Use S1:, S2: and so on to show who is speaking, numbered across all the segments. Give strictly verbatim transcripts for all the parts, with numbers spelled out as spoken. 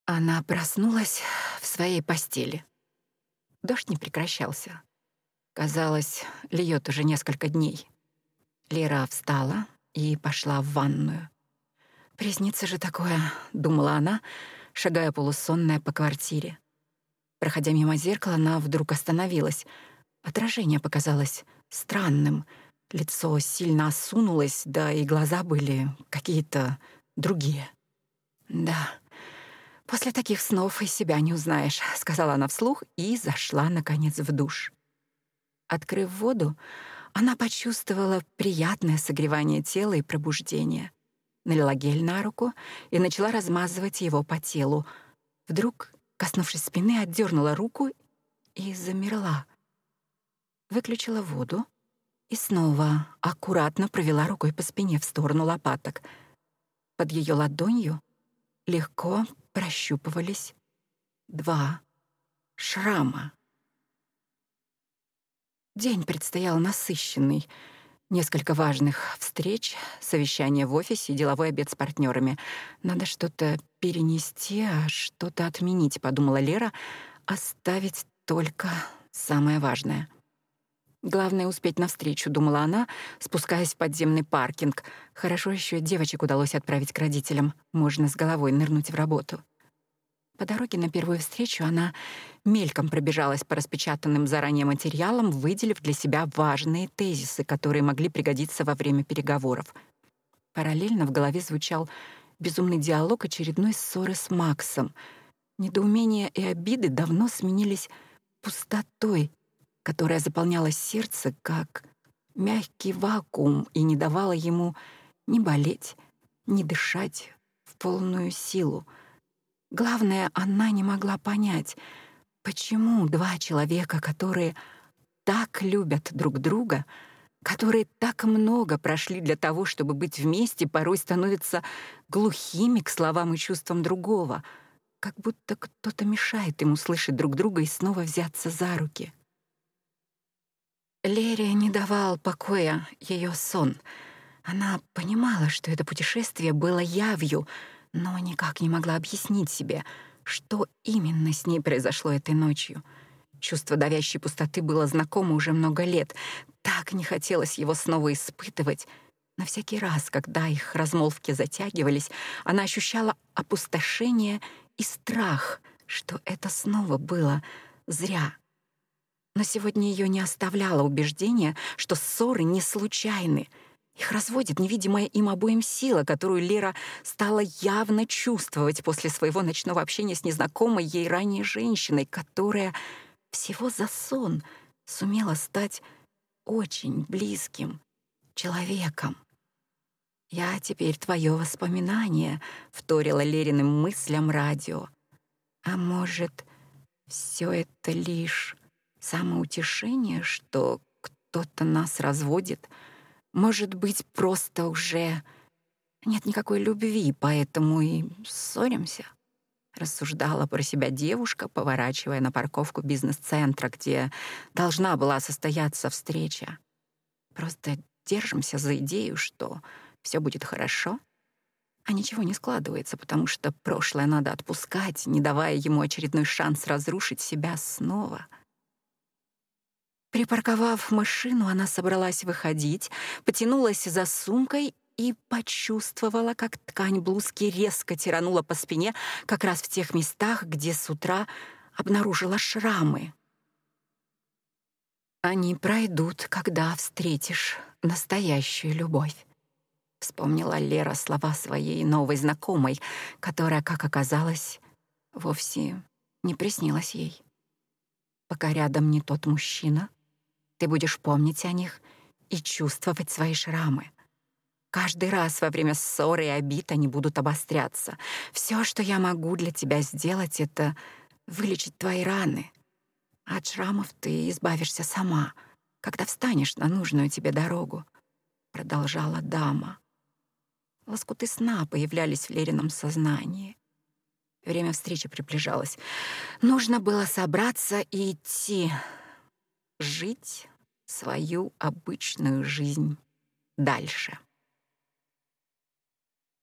S1: Она проснулась в своей постели. Дождь не прекращался. Казалось, льет уже несколько дней. Лера встала и пошла в ванную. «Приснится же такое», — думала она, шагая полусонная по квартире. Проходя мимо зеркала, она вдруг остановилась. Отражение показалось странным. Лицо сильно осунулось, да и глаза были какие-то другие. «Да, после таких снов и себя не узнаешь», — сказала она вслух и зашла, наконец, в душ. Открыв воду, она почувствовала приятное согревание тела и пробуждение. Налила гель на руку и начала размазывать его по телу. Вдруг, коснувшись спины, отдернула руку и замерла. Выключила воду и снова аккуратно провела рукой по спине в сторону лопаток. Под ее ладонью легко прощупывались два шрама. День предстоял насыщенный. Несколько важных встреч, совещание в офисе, деловой обед с партнерами. Надо что-то перенести, а что-то отменить, подумала Лера, оставить только самое важное. Главное — успеть навстречу, думала она, спускаясь в подземный паркинг. Хорошо еще девочек удалось отправить к родителям. Можно с головой нырнуть в работу. По дороге на первую встречу она мельком пробежалась по распечатанным заранее материалам, выделив для себя важные тезисы, которые могли пригодиться во время переговоров. Параллельно в голове звучал безумный диалог очередной ссоры с Максом. Недоумение и обиды давно сменились пустотой, которая заполняла сердце, как мягкий вакуум, и не давала ему ни болеть, ни дышать в полную силу. Главное, она не могла понять, почему два человека, которые так любят друг друга, которые так много прошли для того, чтобы быть вместе, порой становятся глухими к словам и чувствам другого, как будто кто-то мешает им услышать друг друга и снова взяться за руки. Лере не давал покоя ее сон. Она понимала, что это путешествие было явью, но никак не могла объяснить себе, что именно с ней произошло этой ночью. Чувство давящей пустоты было знакомо уже много лет. Так не хотелось его снова испытывать. Но всякий раз, когда их размолвки затягивались, она ощущала опустошение и страх, что это снова было зря. Но сегодня ее не оставляло убеждение, что ссоры не случайны. Их разводит невидимая им обоим сила, которую Лера стала явно чувствовать после своего ночного общения с незнакомой ей ранее женщиной, которая всего за сон сумела стать очень близким человеком. «Я теперь твое воспоминание», — вторила Лериным мыслям радио. «А может, все это лишь самоутешение, что кто-то нас разводит? Может быть, просто уже нет никакой любви, поэтому и ссоримся?» Рассуждала про себя девушка, поворачивая на парковку бизнес-центра, где должна была состояться встреча. «Просто держимся за идею, что все будет хорошо, а ничего не складывается, потому что прошлое надо отпускать, не давая ему очередной шанс разрушить себя снова». Припарковав машину, она собралась выходить, потянулась за сумкой и почувствовала, как ткань блузки резко тиранула по спине как раз в тех местах, где с утра обнаружила шрамы. «Они пройдут, когда встретишь настоящую любовь», — вспомнила Лера слова своей новой знакомой, которая, как оказалось, вовсе не приснилась ей. «Пока рядом не тот мужчина, ты будешь помнить о них и чувствовать свои шрамы. Каждый раз во время ссоры и обид они будут обостряться. Все, что я могу для тебя сделать, это вылечить твои раны. От шрамов ты избавишься сама, когда встанешь на нужную тебе дорогу», — продолжала дама. Лоскуты сна появлялись в Лерином сознании. Время встречи приближалось. Нужно было собраться и идти, жить свою обычную жизнь дальше.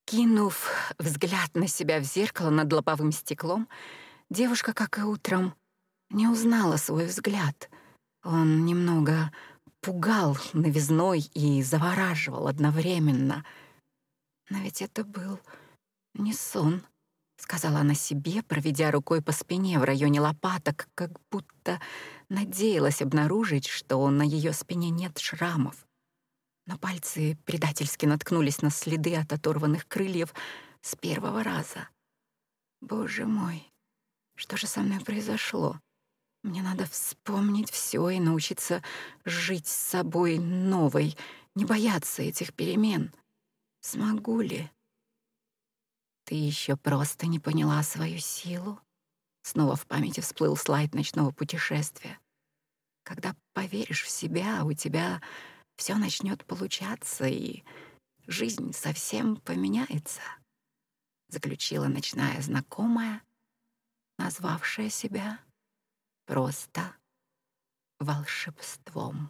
S1: Кинув взгляд на себя в зеркало над лобовым стеклом, девушка, как и утром, не узнала свой взгляд. Он немного пугал новизной и завораживал одновременно. Но ведь это был не сон, сказала она себе, проведя рукой по спине в районе лопаток, как будто надеялась обнаружить, что на ее спине нет шрамов. Но пальцы предательски наткнулись на следы от оторванных крыльев с первого раза. Боже мой, что же со мной произошло? Мне надо вспомнить все и научиться жить с собой новой, не бояться этих перемен. Смогу ли? Ты еще просто не поняла свою силу? Снова в памяти всплыл слайд ночного путешествия. Когда поверишь в себя, у тебя все начнет получаться, и жизнь совсем поменяется, заключила ночная знакомая, назвавшая себя просто волшебством.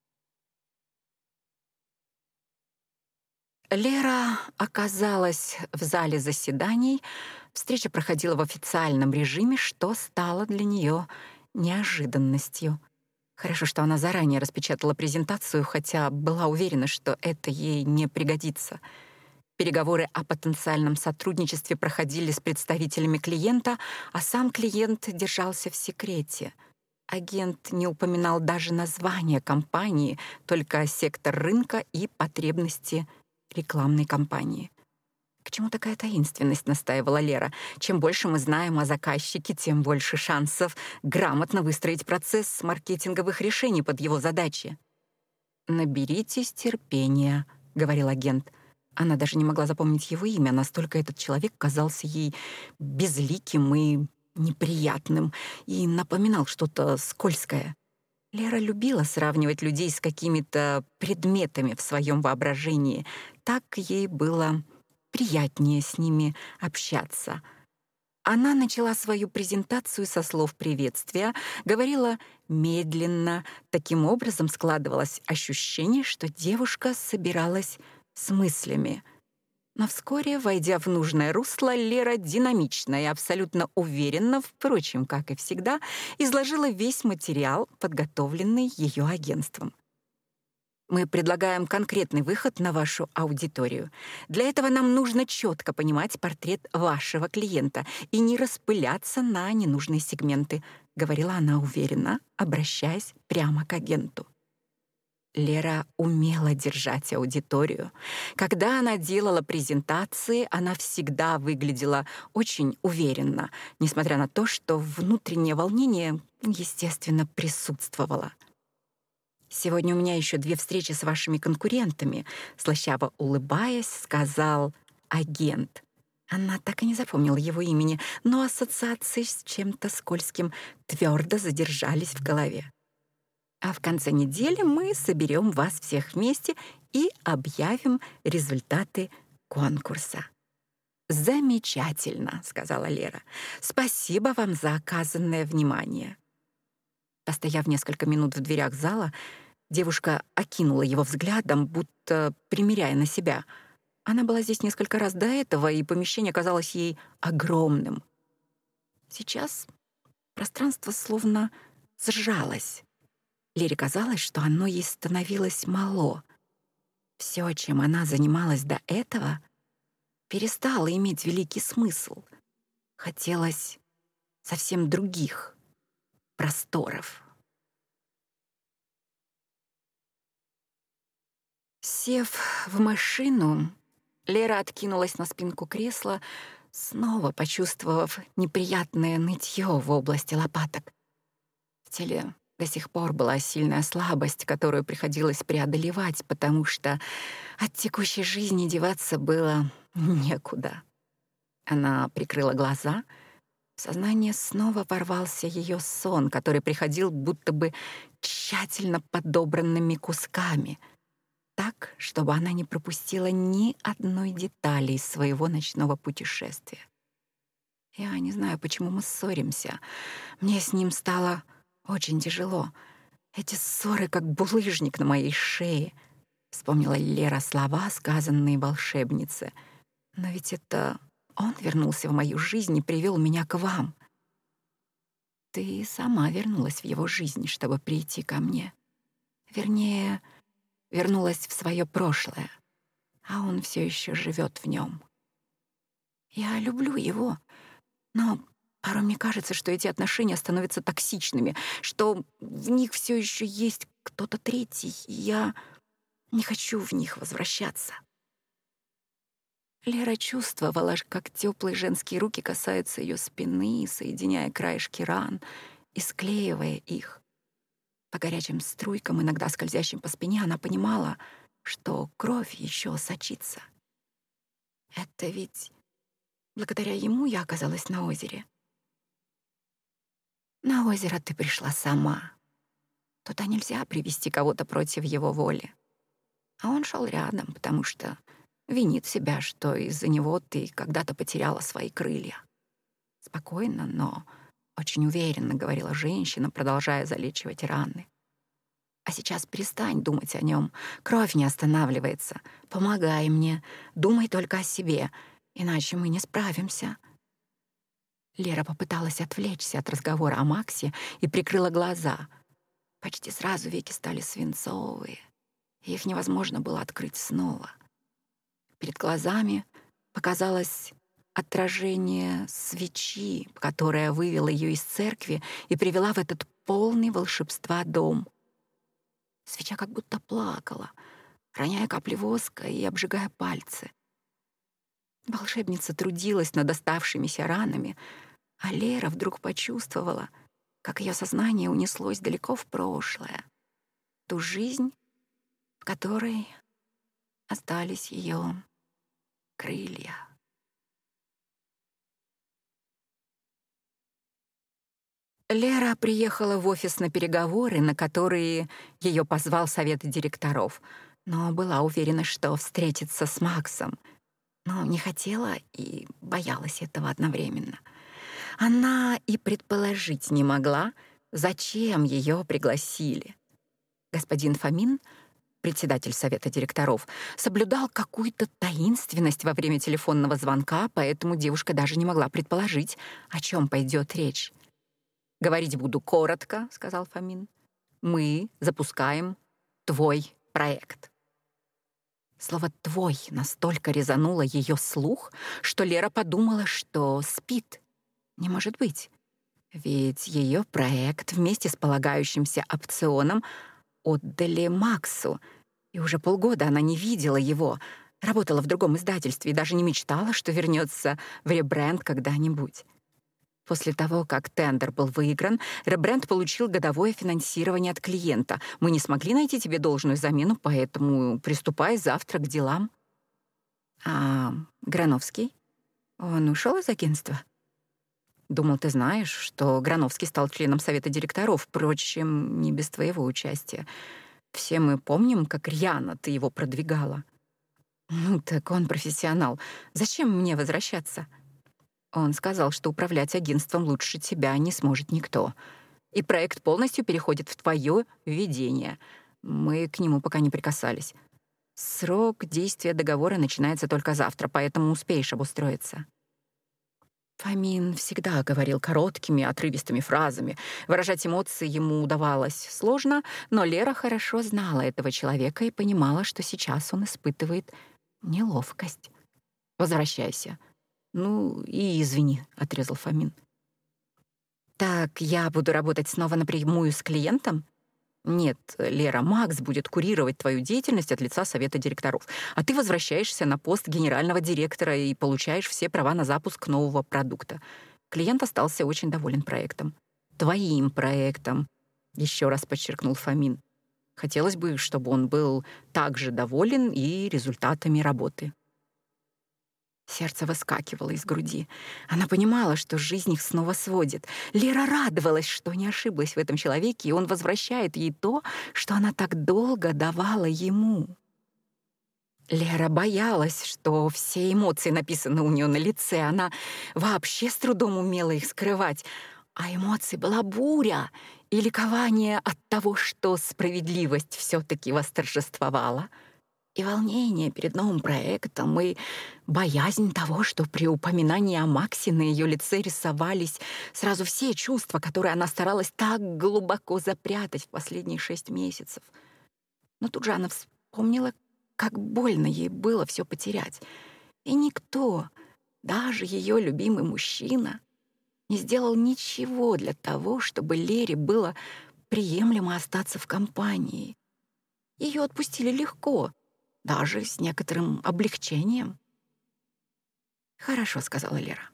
S1: Лера оказалась в зале заседаний. Встреча проходила в официальном режиме, что стало для нее неожиданностью. Хорошо, что она заранее распечатала презентацию, хотя была уверена, что это ей не пригодится. Переговоры о потенциальном сотрудничестве проходили с представителями клиента, а сам клиент держался в секрете. Агент не упоминал даже название компании, только сектор рынка и потребности рекламной кампании. К чему такая таинственность, настаивала Лера. Чем больше мы знаем о заказчике, тем больше шансов грамотно выстроить процесс маркетинговых решений под его задачи. «Наберитесь терпения», — говорил агент. Она даже не могла запомнить его имя, настолько этот человек казался ей безликим и неприятным и напоминал что-то скользкое. Лера любила сравнивать людей с какими-то предметами в своем воображении. Так ей было приятнее с ними общаться. Она начала свою презентацию со слов приветствия, говорила медленно. Таким образом складывалось ощущение, что девушка собиралась с мыслями. Но вскоре, войдя в нужное русло, Лера динамично и абсолютно уверенно, впрочем, как и всегда, изложила весь материал, подготовленный ее агентством. Мы предлагаем конкретный выход на вашу аудиторию. Для этого нам нужно четко понимать портрет вашего клиента и не распыляться на ненужные сегменты, говорила она уверенно, обращаясь прямо к агенту. Лера умела держать аудиторию. Когда она делала презентации, она всегда выглядела очень уверенно, несмотря на то, что внутреннее волнение, естественно, присутствовало. «Сегодня у меня еще две встречи с вашими конкурентами», слащаво улыбаясь, сказал агент. Она так и не запомнила его имени, но ассоциации с чем-то скользким твердо задержались в голове. «А в конце недели мы соберем вас всех вместе и объявим результаты конкурса». «Замечательно», — сказала Лера. «Спасибо вам за оказанное внимание». Постояв несколько минут в дверях зала, девушка окинула его взглядом, будто примеряя на себя. Она была здесь несколько раз до этого, и помещение казалось ей огромным. Сейчас пространство словно сжалось. Лере казалось, что оно ей становилось мало. Все, чем она занималась до этого, перестало иметь великий смысл. Хотелось совсем других просторов. Сев в машину, Лера откинулась на спинку кресла, снова почувствовав неприятное нытье в области лопаток. В теле до сих пор была сильная слабость, которую приходилось преодолевать, потому что от текущей жизни деваться было некуда. Она прикрыла глаза. В сознание снова ворвался ее сон, который приходил будто бы тщательно подобранными кусками, так, чтобы она не пропустила ни одной детали из своего ночного путешествия. Я не знаю, почему мы ссоримся. Мне с ним стало очень тяжело. Эти ссоры как булыжник на моей шее. Вспомнила Лера слова, сказанные волшебнице. Но ведь это он вернулся в мою жизнь и привел меня к вам. Ты сама вернулась в его жизнь, чтобы прийти ко мне. Вернее, вернулась в свое прошлое, а он все еще живет в нем. Я люблю его, но порой мне кажется, что эти отношения становятся токсичными, что в них все еще есть кто-то третий, и я не хочу в них возвращаться. Лера чувствовала, как теплые женские руки касаются ее спины, соединяя краешки ран и склеивая их. По горячим струйкам, иногда скользящим по спине, она понимала, что кровь еще сочится. Это ведь благодаря ему я оказалась на озере. На озеро ты пришла сама. Туда нельзя привести кого-то против его воли. А он шел рядом, потому что винит себя, что из-за него ты когда-то потеряла свои крылья. Спокойно, но очень уверенно говорила женщина, продолжая залечивать раны. А сейчас перестань думать о нем. Кровь не останавливается. Помогай мне. Думай только о себе, иначе мы не справимся. Лера попыталась отвлечься от разговора о Максе и прикрыла глаза. Почти сразу веки стали свинцовые, и их невозможно было открыть снова. Перед глазами показалось отражение свечи, которая вывела ее из церкви и привела в этот полный волшебства дом. Свеча как будто плакала, роняя капли воска и обжигая пальцы. Волшебница трудилась над оставшимися ранами, а Лера вдруг почувствовала, как ее сознание унеслось далеко в прошлое, ту жизнь, в которой остались ее крылья. Лера приехала в офис на переговоры, на которые ее позвал совет директоров, но была уверена, что встретится с Максом, но не хотела и боялась этого одновременно. Она и предположить не могла, зачем ее пригласили. Господин Фомин, председатель совета директоров, соблюдал какую-то таинственность во время телефонного звонка, поэтому девушка даже не могла предположить, о чем пойдет речь. «Говорить буду коротко», — сказал Фомин. «Мы запускаем твой проект». Слово «твой» настолько резануло ее слух, что Лера подумала, что спит. Не может быть. Ведь ее проект вместе с полагающимся опционом отдали Максу, и уже полгода она не видела его, работала в другом издательстве и даже не мечтала, что вернется в ребренд когда-нибудь. После того, как тендер был выигран, ребренд получил годовое финансирование от клиента. Мы не смогли найти тебе должную замену, поэтому приступай завтра к делам. А Грановский? Он ушел из агентства? Думал, ты знаешь, что Грановский стал членом совета директоров, впрочем, не без твоего участия. Все мы помним, как рьяно ты его продвигала. Ну так он профессионал. Зачем мне возвращаться? Он сказал, что управлять агентством лучше тебя не сможет никто. И проект полностью переходит в твое ведение. Мы к нему пока не прикасались. Срок действия договора начинается только завтра, поэтому успеешь обустроиться. Фомин всегда говорил короткими, отрывистыми фразами. Выражать эмоции ему удавалось сложно, но Лера хорошо знала этого человека и понимала, что сейчас он испытывает неловкость. «Возвращайся». «Ну и извини», — отрезал Фомин. «Так я буду работать снова напрямую с клиентом?» «Нет, Лера, Макс будет курировать твою деятельность от лица совета директоров, а ты возвращаешься на пост генерального директора и получаешь все права на запуск нового продукта». Клиент остался очень доволен проектом. «Твоим проектом», — еще раз подчеркнул Фомин. «Хотелось бы, чтобы он был также доволен и результатами работы». Сердце выскакивало из груди. Она понимала, что жизнь их снова сводит. Лера радовалась, что не ошиблась в этом человеке, и он возвращает ей то, что она так долго давала ему. Лера боялась, что все эмоции написаны у нее на лице. Она вообще с трудом умела их скрывать. А эмоций была буря и ликование от того, что справедливость все-таки восторжествовала. И волнение перед новым проектом, и боязнь того, что при упоминании о Максе на ее лице рисовались сразу все чувства, которые она старалась так глубоко запрятать в последние шесть месяцев. Но тут же она вспомнила, как больно ей было все потерять. И никто, даже ее любимый мужчина, не сделал ничего для того, чтобы Лере было приемлемо остаться в компании. Ее отпустили легко, даже с некоторым облегчением. «Хорошо», — сказала Лера.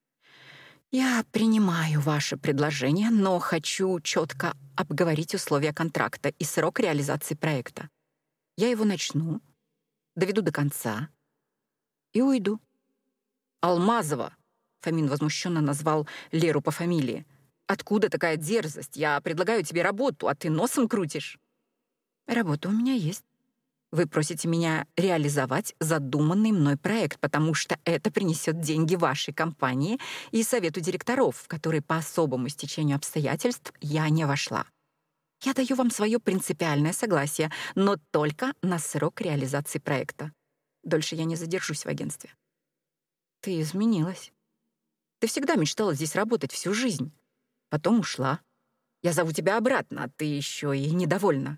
S1: «Я принимаю ваше предложение, но хочу четко обговорить условия контракта и срок реализации проекта. Я его начну, доведу до конца и уйду». «Алмазова!» — Фомин возмущенно назвал Леру по фамилии. «Откуда такая дерзость? Я предлагаю тебе работу, а ты носом крутишь». «Работа у меня есть. Вы просите меня реализовать задуманный мной проект, потому что это принесет деньги вашей компании и совету директоров, в который по особому стечению обстоятельств я не вошла. Я даю вам свое принципиальное согласие, но только на срок реализации проекта. Дольше я не задержусь в агентстве». «Ты изменилась. Ты всегда мечтала здесь работать всю жизнь. Потом ушла. Я зову тебя обратно, а ты еще и недовольна».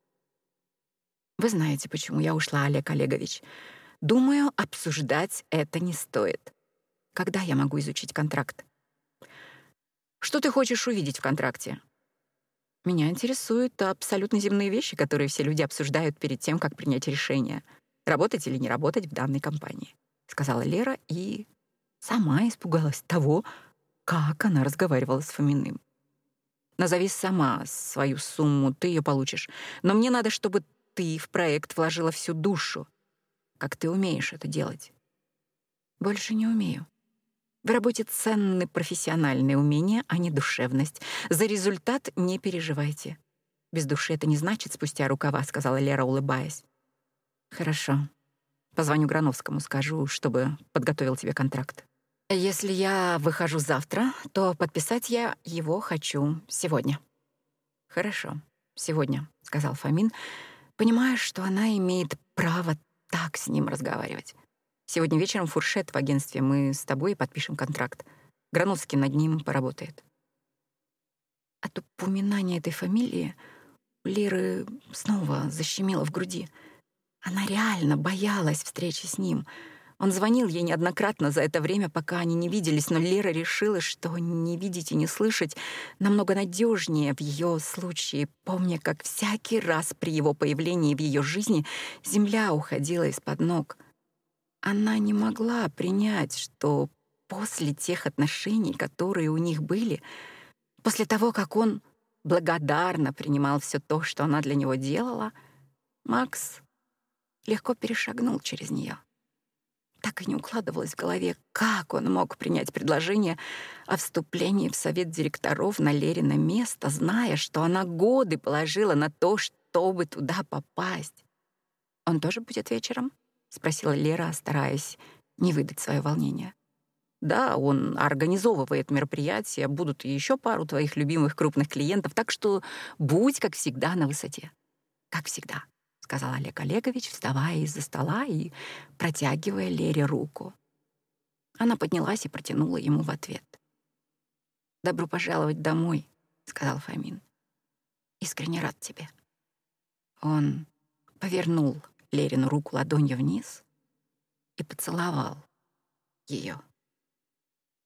S1: «Вы знаете, почему я ушла, Олег Олегович. Думаю, обсуждать это не стоит. Когда я могу изучить контракт?» «Что ты хочешь увидеть в контракте?» «Меня интересуют абсолютно земные вещи, которые все люди обсуждают перед тем, как принять решение, работать или не работать в данной компании», — сказала Лера и сама испугалась того, как она разговаривала с Фоминым. «Назови сама свою сумму, ты ее получишь. Но мне надо, чтобы ты в проект вложила всю душу, как ты умеешь это делать». «Больше не умею. В работе ценны профессиональные умения, а не душевность. За результат не переживайте. Без души это не значит спустя рукава», — сказала Лера, улыбаясь. «Хорошо. Позвоню Грановскому, скажу, чтобы подготовил тебе контракт. Если я выхожу завтра, то подписать я его хочу сегодня». «Хорошо, сегодня», — сказал Фомин, понимая, что она имеет право так с ним разговаривать. «Сегодня вечером фуршет в агентстве. Мы с тобой подпишем контракт. Грановский над ним поработает». От упоминания этой фамилии у Леры снова защемило в груди. Она реально боялась встречи с ним. Он звонил ей неоднократно за это время, пока они не виделись, но Лера решила, что не видеть и не слышать намного надежнее в ее случае, помня, как всякий раз при его появлении в ее жизни земля уходила из-под ног. Она не могла принять, что после тех отношений, которые у них были, после того, как он благодарно принимал все то, что она для него делала, Макс легко перешагнул через нее. Так и не укладывалось в голове, как он мог принять предложение о вступлении в совет директоров на Лерино место, зная, что она годы положила на то, чтобы туда попасть. «Он тоже будет вечером?» — спросила Лера, стараясь не выдать свое волнение. «Да, он организовывает мероприятия, будут и еще пару твоих любимых крупных клиентов, так что будь, как всегда, на высоте». «Как всегда», — сказал Олег Олегович, вставая из-за стола и протягивая Лере руку. Она поднялась и протянула ему в ответ. «Добро пожаловать домой», — сказал Фомин. «Искренне рад тебе». Он повернул Лерину руку ладонью вниз и поцеловал ее.